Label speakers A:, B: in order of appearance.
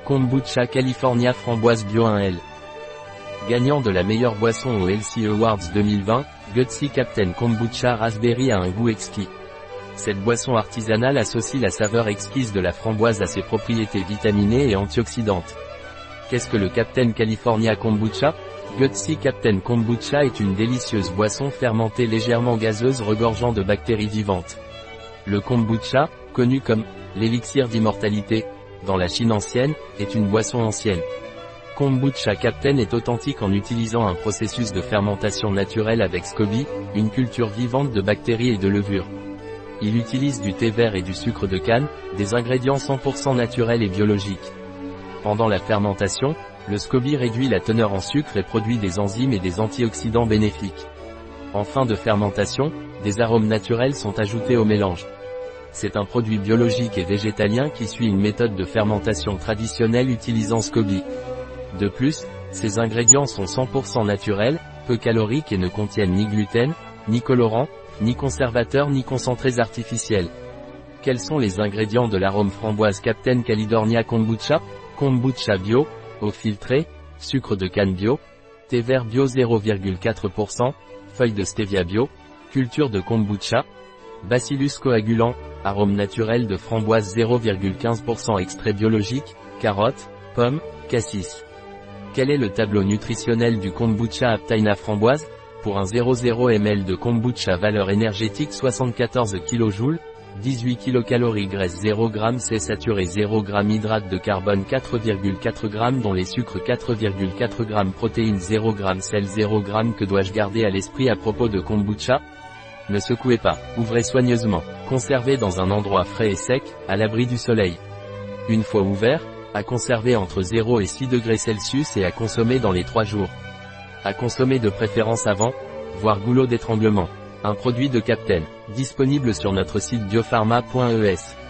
A: Kombucha California Framboise Bio 1L. Gagnant de la meilleure boisson au LC Awards 2020, Gutsy Captain Kombucha Raspberry a un goût exquis. Cette boisson artisanale associe la saveur exquise de la framboise à ses propriétés vitaminées et antioxydantes. Qu'est-ce que le Captain California Kombucha? Gutsy Captain Kombucha est une délicieuse boisson fermentée légèrement gazeuse regorgeant de bactéries vivantes. Le kombucha, connu comme l'élixir d'immortalité dans la Chine ancienne, est une boisson ancienne. Kombucha Captain est authentique en utilisant un processus de fermentation naturelle avec SCOBY, une culture vivante de bactéries et de levures. Il utilise du thé vert et du sucre de canne, des ingrédients 100% naturels et biologiques. Pendant la fermentation, le SCOBY réduit la teneur en sucre et produit des enzymes et des antioxydants bénéfiques. En fin de fermentation, des arômes naturels sont ajoutés au mélange. C'est un produit biologique et végétalien qui suit une méthode de fermentation traditionnelle utilisant SCOBY. De plus, ces ingrédients sont 100% naturels, peu caloriques et ne contiennent ni gluten, ni colorants, ni conservateurs ni concentrés artificiels. Quels sont les ingrédients de l'arôme framboise Captain California Kombucha? Kombucha bio, eau filtrée, sucre de canne bio, thé vert bio 0,4%, feuilles de stevia bio, culture de kombucha, bacillus coagulant, arôme naturel de framboise 0,15% extrait biologique, carottes, pommes, cassis. Quel est le tableau nutritionnel du kombucha Aptaina framboise? Pour un 0,0 ml de kombucha valeur énergétique 74 kJ, 18 kcal graisse 0 g C saturé 0 g hydrate de carbone 4,4 g dont les sucres 4,4 g protéines 0 g sel 0 g. Que dois-je garder à l'esprit à propos de kombucha? Ne secouez pas, ouvrez soigneusement, conservez dans un endroit frais et sec, à l'abri du soleil. Une fois ouvert, à conserver entre 0 et 6 degrés Celsius et à consommer dans les 3 jours. À consommer de préférence avant, voire goulot d'étranglement. Un produit de Captain, disponible sur notre site biopharma.es.